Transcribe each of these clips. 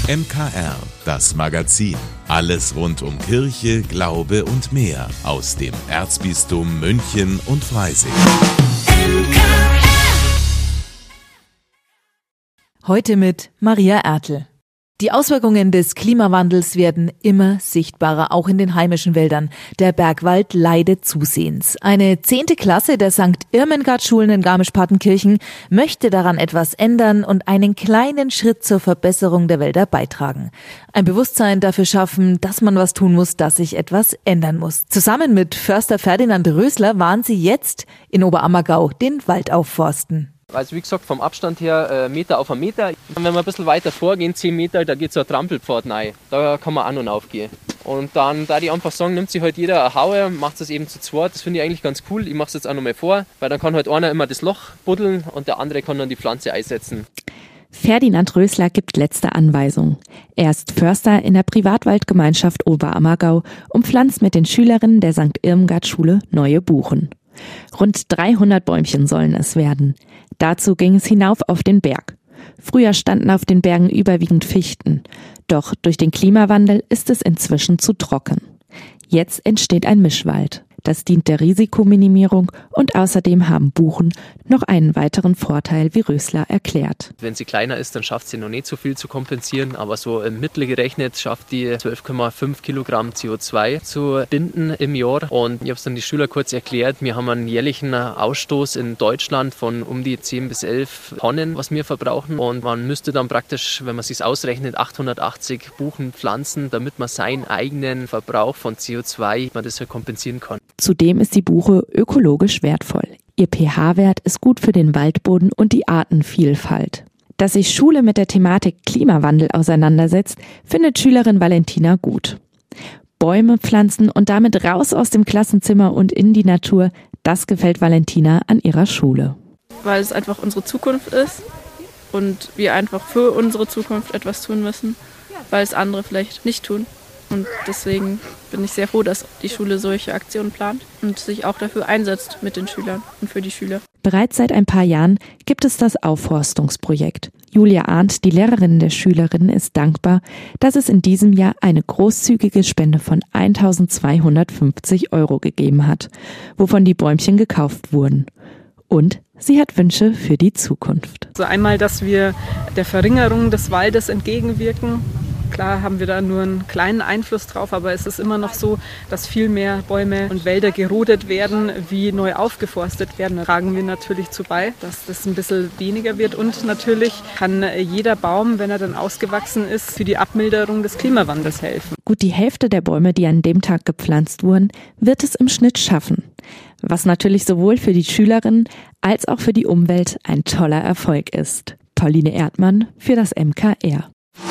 MKR, das Magazin. Alles rund um Kirche, Glaube und mehr aus dem Erzbistum München und Freising. Heute mit Maria Ertl. Die Auswirkungen des Klimawandels werden immer sichtbarer, auch in den heimischen Wäldern. Der Bergwald leidet zusehends. Eine 10. Klasse der St. Irmengard-Schulen in Garmisch-Partenkirchen möchte daran etwas ändern und einen kleinen Schritt zur Verbesserung der Wälder beitragen. Ein Bewusstsein dafür schaffen, dass man was tun muss, dass sich etwas ändern muss. Zusammen mit Förster Ferdinand Rösler waren sie jetzt in Oberammergau den Wald aufforsten. Also wie gesagt, vom Abstand her Meter auf einen Meter. Wenn wir ein bisschen weiter vorgehen, 10 Meter, da geht so ein Trampelpfad rein. Da kann man an- und aufgehen. Und dann, da die einfach sagen, nimmt sich halt jeder eine Haue, macht es eben zu zweit. Das finde ich eigentlich ganz cool. Ich mache es jetzt auch nochmal vor, weil dann kann halt einer immer das Loch buddeln und der andere kann dann die Pflanze einsetzen. Ferdinand Rösler gibt letzte Anweisung. Er ist Förster in der Privatwaldgemeinschaft Oberammergau und pflanzt mit den Schülerinnen der St. Irmengard-Schule neue Buchen. Rund 300 Bäumchen sollen es werden. Dazu ging es hinauf auf den Berg. Früher standen auf den Bergen überwiegend Fichten. Doch durch den Klimawandel ist es inzwischen zu trocken. Jetzt entsteht ein Mischwald. Das dient der Risikominimierung und außerdem haben Buchen noch einen weiteren Vorteil, wie Rösler erklärt. Wenn sie kleiner ist, dann schafft sie noch nicht so viel zu kompensieren, aber so im Mittel gerechnet schafft die 12,5 Kilogramm CO2 zu binden im Jahr. Und ich habe es dann die Schüler kurz erklärt, wir haben einen jährlichen Ausstoß in Deutschland von um die 10 bis 11 Tonnen, was wir verbrauchen. Und man müsste dann praktisch, wenn man es sich ausrechnet, 880 Buchen pflanzen, damit man seinen eigenen Verbrauch von CO2 man das kompensieren kann. Zudem ist die Buche ökologisch wertvoll. Ihr pH-Wert ist gut für den Waldboden und die Artenvielfalt. Dass sich Schule mit der Thematik Klimawandel auseinandersetzt, findet Schülerin Valentina gut. Bäume pflanzen und damit raus aus dem Klassenzimmer und in die Natur, das gefällt Valentina an ihrer Schule. Weil es einfach unsere Zukunft ist und wir einfach für unsere Zukunft etwas tun müssen, weil es andere vielleicht nicht tun. Und deswegen bin ich sehr froh, dass die Schule solche Aktionen plant und sich auch dafür einsetzt mit den Schülern und für die Schüler. Bereits seit ein paar Jahren gibt es das Aufforstungsprojekt. Julia Arndt, die Lehrerin der Schülerinnen, ist dankbar, dass es in diesem Jahr eine großzügige Spende von 1.250 € gegeben hat, wovon die Bäumchen gekauft wurden. Und sie hat Wünsche für die Zukunft. Also einmal, dass wir der Verringerung des Waldes entgegenwirken. Klar haben wir da nur einen kleinen Einfluss drauf, aber es ist immer noch so, dass viel mehr Bäume und Wälder gerodet werden, wie neu aufgeforstet werden. Da tragen wir natürlich zu bei, dass das ein bisschen weniger wird. Und natürlich kann jeder Baum, wenn er dann ausgewachsen ist, für die Abmilderung des Klimawandels helfen. Gut die Hälfte der Bäume, die an dem Tag gepflanzt wurden, wird es im Schnitt schaffen. Was natürlich sowohl für die Schülerinnen als auch für die Umwelt ein toller Erfolg ist. Pauline Erdmann für das MKR.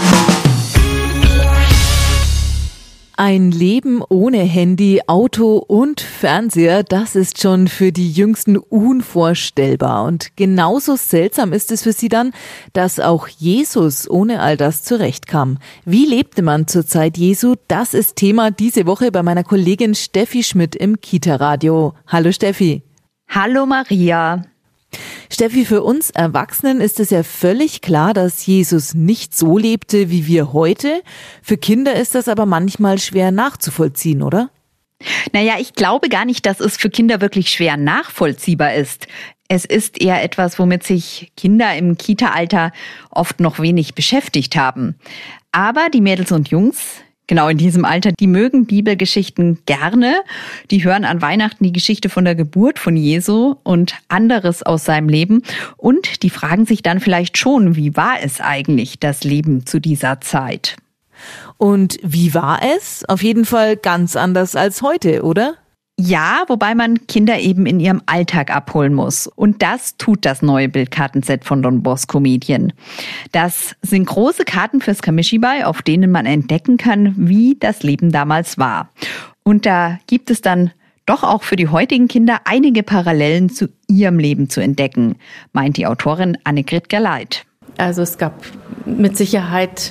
Ein Leben ohne Handy, Auto und Fernseher, das ist schon für die Jüngsten unvorstellbar. Und genauso seltsam ist es für sie dann, dass auch Jesus ohne all das zurechtkam. Wie lebte man zur Zeit Jesu? Das ist Thema diese Woche bei meiner Kollegin Steffi Schmidt im Kita-Radio. Hallo Steffi. Hallo Maria. Steffi, für uns Erwachsenen ist es ja völlig klar, dass Jesus nicht so lebte wie wir heute. Für Kinder ist das aber manchmal schwer nachzuvollziehen, oder? Naja, ich glaube gar nicht, dass es für Kinder wirklich schwer nachvollziehbar ist. Es ist eher etwas, womit sich Kinder im Kita-Alter oft noch wenig beschäftigt haben. Aber die Mädels und Jungs, genau in diesem Alter, die mögen Bibelgeschichten gerne. Die hören an Weihnachten die Geschichte von der Geburt von Jesu und anderes aus seinem Leben. Und die fragen sich dann vielleicht schon, wie war es eigentlich, das Leben zu dieser Zeit? Und wie war es? Auf jeden Fall ganz anders als heute, oder? Ja, wobei man Kinder eben in ihrem Alltag abholen muss. Und das tut das neue Bildkartenset von Don Bosco Medien. Das sind große Karten fürs Kamishibai, auf denen man entdecken kann, wie das Leben damals war. Und da gibt es dann doch auch für die heutigen Kinder einige Parallelen zu ihrem Leben zu entdecken, meint die Autorin Annegret Gerleit. Also es gab mit Sicherheit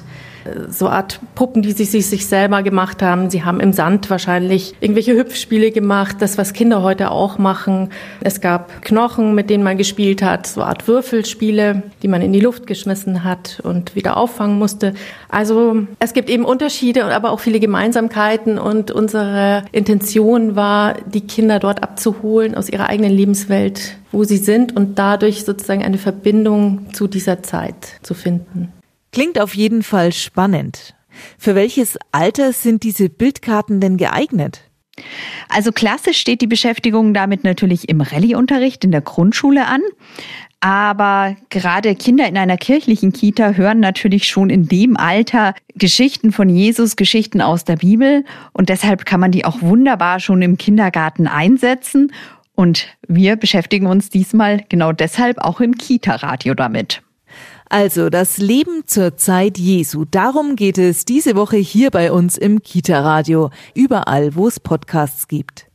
so Art Puppen, die sie sich selber gemacht haben. Sie haben im Sand wahrscheinlich irgendwelche Hüpfspiele gemacht, das, was Kinder heute auch machen. Es gab Knochen, mit denen man gespielt hat, so Art Würfelspiele, die man in die Luft geschmissen hat und wieder auffangen musste. Also es gibt eben Unterschiede, aber auch viele Gemeinsamkeiten und unsere Intention war, die Kinder dort abzuholen aus ihrer eigenen Lebenswelt, wo sie sind und dadurch sozusagen eine Verbindung zu dieser Zeit zu finden. Klingt auf jeden Fall spannend. Für welches Alter sind diese Bildkarten denn geeignet? Also klassisch steht die Beschäftigung damit natürlich im Rallye-Unterricht in der Grundschule an. Aber gerade Kinder in einer kirchlichen Kita hören natürlich schon in dem Alter Geschichten von Jesus, Geschichten aus der Bibel. Und deshalb kann man die auch wunderbar schon im Kindergarten einsetzen. Und wir beschäftigen uns diesmal genau deshalb auch im Kita-Radio damit. Also das Leben zur Zeit Jesu, darum geht es diese Woche hier bei uns im Kita-Radio, überall, wo es Podcasts gibt.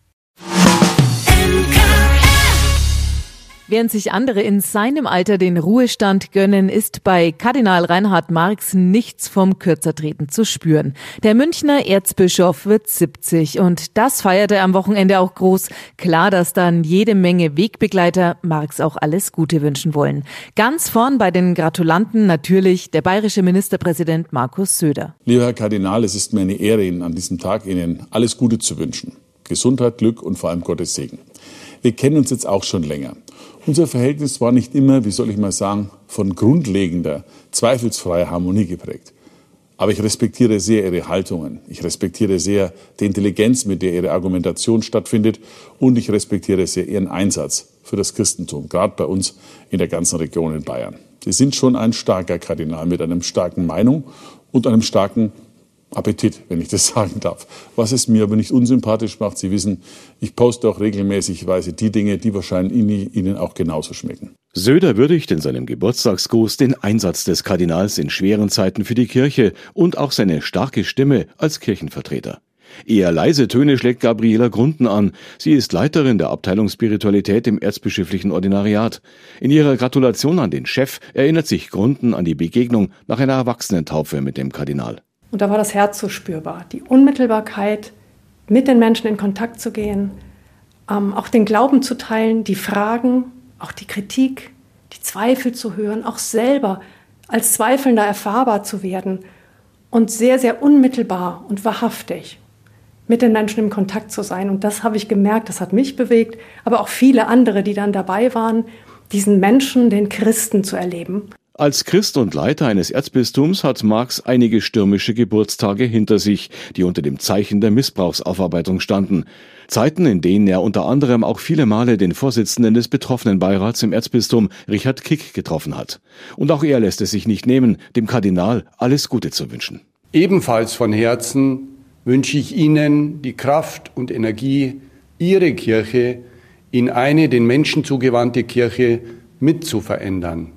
Während sich andere in seinem Alter den Ruhestand gönnen, ist bei Kardinal Reinhard Marx nichts vom Kürzertreten zu spüren. Der Münchner Erzbischof wird 70 und das feiert er am Wochenende auch groß. Klar, dass dann jede Menge Wegbegleiter Marx auch alles Gute wünschen wollen. Ganz vorn bei den Gratulanten natürlich der bayerische Ministerpräsident Markus Söder. Lieber Herr Kardinal, es ist mir eine Ehre, Ihnen an diesem Tag Ihnen alles Gute zu wünschen. Gesundheit, Glück und vor allem Gottes Segen. Wir kennen uns jetzt auch schon länger. Unser Verhältnis war nicht immer, wie soll ich mal sagen, von grundlegender, zweifelsfreier Harmonie geprägt. Aber ich respektiere sehr Ihre Haltungen. Ich respektiere sehr die Intelligenz, mit der Ihre Argumentation stattfindet. Und ich respektiere sehr Ihren Einsatz für das Christentum, gerade bei uns in der ganzen Region in Bayern. Sie sind schon ein starker Kardinal mit einer starken Meinung und einem starken Appetit, wenn ich das sagen darf. Was es mir aber nicht unsympathisch macht, Sie wissen, ich poste auch regelmäßigweise die Dinge, die wahrscheinlich Ihnen auch genauso schmecken. Söder würdigt in seinem Geburtstagsgruß den Einsatz des Kardinals in schweren Zeiten für die Kirche und auch seine starke Stimme als Kirchenvertreter. Eher leise Töne schlägt Gabriela Grunden an. Sie ist Leiterin der Abteilung Spiritualität im Erzbischöflichen Ordinariat. In ihrer Gratulation an den Chef erinnert sich Grunden an die Begegnung nach einer Erwachsenentaufe mit dem Kardinal. Und da war das Herz so spürbar. Die Unmittelbarkeit, mit den Menschen in Kontakt zu gehen, auch den Glauben zu teilen, die Fragen, auch die Kritik, die Zweifel zu hören, auch selber als Zweifelnder erfahrbar zu werden und sehr, sehr unmittelbar und wahrhaftig mit den Menschen im Kontakt zu sein. Und das habe ich gemerkt, das hat mich bewegt, aber auch viele andere, die dann dabei waren, diesen Menschen, den Christen zu erleben. Als Christ und Leiter eines Erzbistums hat Marx einige stürmische Geburtstage hinter sich, die unter dem Zeichen der Missbrauchsaufarbeitung standen. Zeiten, in denen er unter anderem auch viele Male den Vorsitzenden des Betroffenenbeirats im Erzbistum, Richard Kick, getroffen hat. Und auch er lässt es sich nicht nehmen, dem Kardinal alles Gute zu wünschen. Ebenfalls von Herzen wünsche ich Ihnen die Kraft und Energie, Ihre Kirche in eine den Menschen zugewandte Kirche mitzuverändern.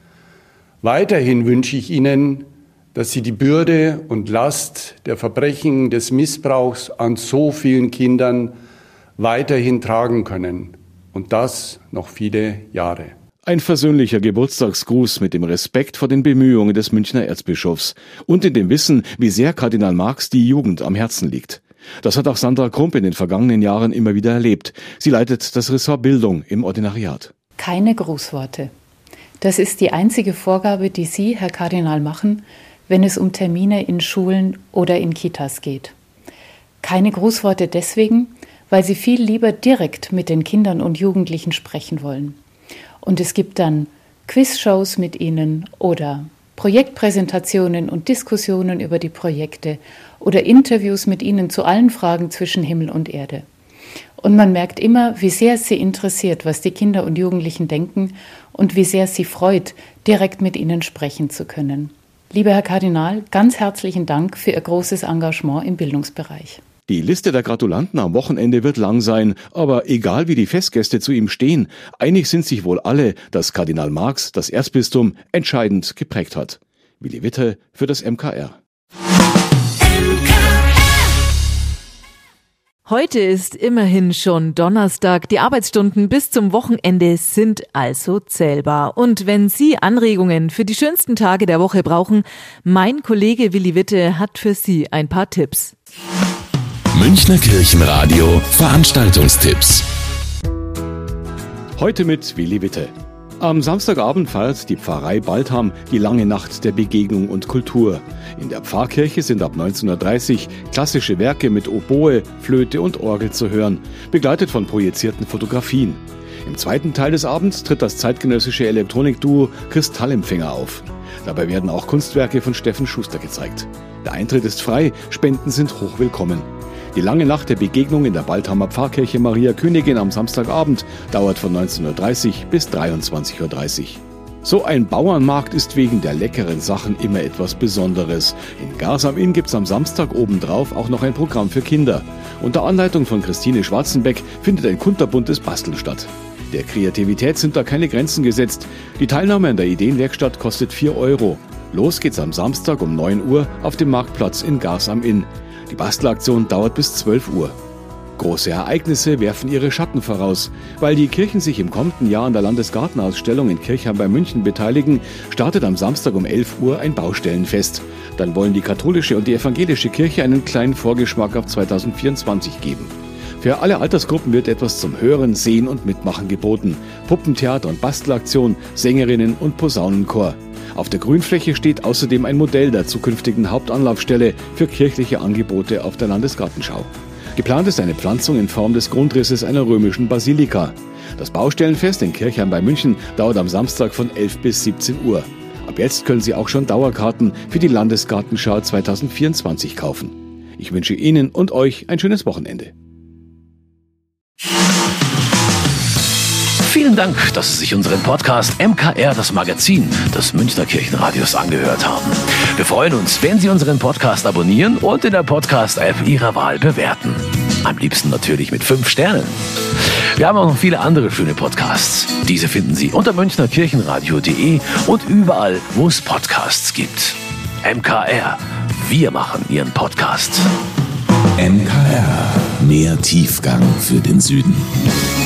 Weiterhin wünsche ich Ihnen, dass Sie die Bürde und Last der Verbrechen des Missbrauchs an so vielen Kindern weiterhin tragen können. Und das noch viele Jahre. Ein versöhnlicher Geburtstagsgruß mit dem Respekt vor den Bemühungen des Münchner Erzbischofs und in dem Wissen, wie sehr Kardinal Marx die Jugend am Herzen liegt. Das hat auch Sandra Krump in den vergangenen Jahren immer wieder erlebt. Sie leitet das Ressort Bildung im Ordinariat. Keine Grußworte. Das ist die einzige Vorgabe, die Sie, Herr Kardinal, machen, wenn es um Termine in Schulen oder in Kitas geht. Keine Grußworte deswegen, weil Sie viel lieber direkt mit den Kindern und Jugendlichen sprechen wollen. Und es gibt dann Quizshows mit Ihnen oder Projektpräsentationen und Diskussionen über die Projekte oder Interviews mit Ihnen zu allen Fragen zwischen Himmel und Erde. Und man merkt immer, wie sehr es Sie interessiert, was die Kinder und Jugendlichen denken und wie sehr es Sie freut, direkt mit ihnen sprechen zu können. Lieber Herr Kardinal, ganz herzlichen Dank für Ihr großes Engagement im Bildungsbereich. Die Liste der Gratulanten am Wochenende wird lang sein, aber egal wie die Festgäste zu ihm stehen, einig sind sich wohl alle, dass Kardinal Marx das Erzbistum entscheidend geprägt hat. Willi Witte für das MKR. Heute ist immerhin schon Donnerstag. Die Arbeitsstunden bis zum Wochenende sind also zählbar. Und wenn Sie Anregungen für die schönsten Tage der Woche brauchen, mein Kollege Willi Witte hat für Sie ein paar Tipps. Münchner Kirchenradio Veranstaltungstipps. Heute mit Willi Witte. Am Samstagabend feiert die Pfarrei Baltham die lange Nacht der Begegnung und Kultur. In der Pfarrkirche sind ab 19:30 klassische Werke mit Oboe, Flöte und Orgel zu hören, begleitet von projizierten Fotografien. Im zweiten Teil des Abends tritt das zeitgenössische Elektronikduo Kristallempfänger auf. Dabei werden auch Kunstwerke von Steffen Schuster gezeigt. Der Eintritt ist frei, Spenden sind hochwillkommen. Die lange Nacht der Begegnung in der Balthamer Pfarrkirche Maria Königin am Samstagabend dauert von 19:30 bis 23:30 Uhr. So ein Bauernmarkt ist wegen der leckeren Sachen immer etwas Besonderes. In Gars am Inn gibt's am Samstag obendrauf auch noch ein Programm für Kinder. Unter Anleitung von Christine Schwarzenbeck findet ein kunterbuntes Basteln statt. Der Kreativität sind da keine Grenzen gesetzt. Die Teilnahme an der Ideenwerkstatt kostet 4 €. Los geht's am Samstag um 9 Uhr auf dem Marktplatz in Gars am Inn. Die Bastelaktion dauert bis 12 Uhr. Große Ereignisse werfen ihre Schatten voraus. Weil die Kirchen sich im kommenden Jahr an der Landesgartenausstellung in Kirchheim bei München beteiligen, startet am Samstag um 11 Uhr ein Baustellenfest. Dann wollen die katholische und die evangelische Kirche einen kleinen Vorgeschmack auf 2024 geben. Für alle Altersgruppen wird etwas zum Hören, Sehen und Mitmachen geboten. Puppentheater und Bastelaktion, Sängerinnen und Posaunenchor. Auf der Grünfläche steht außerdem ein Modell der zukünftigen Hauptanlaufstelle für kirchliche Angebote auf der Landesgartenschau. Geplant ist eine Pflanzung in Form des Grundrisses einer römischen Basilika. Das Baustellenfest in Kirchheim bei München dauert am Samstag von 11 bis 17 Uhr. Ab jetzt können Sie auch schon Dauerkarten für die Landesgartenschau 2024 kaufen. Ich wünsche Ihnen und euch ein schönes Wochenende. Vielen Dank, dass Sie sich unseren Podcast MKR, das Magazin des Münchner Kirchenradios, angehört haben. Wir freuen uns, wenn Sie unseren Podcast abonnieren und in der Podcast-App Ihrer Wahl bewerten. Am liebsten natürlich mit 5 Sternen. Wir haben auch noch viele andere schöne Podcasts. Diese finden Sie unter münchnerkirchenradio.de und überall, wo es Podcasts gibt. MKR, wir machen Ihren Podcast. MKR, mehr Tiefgang für den Süden.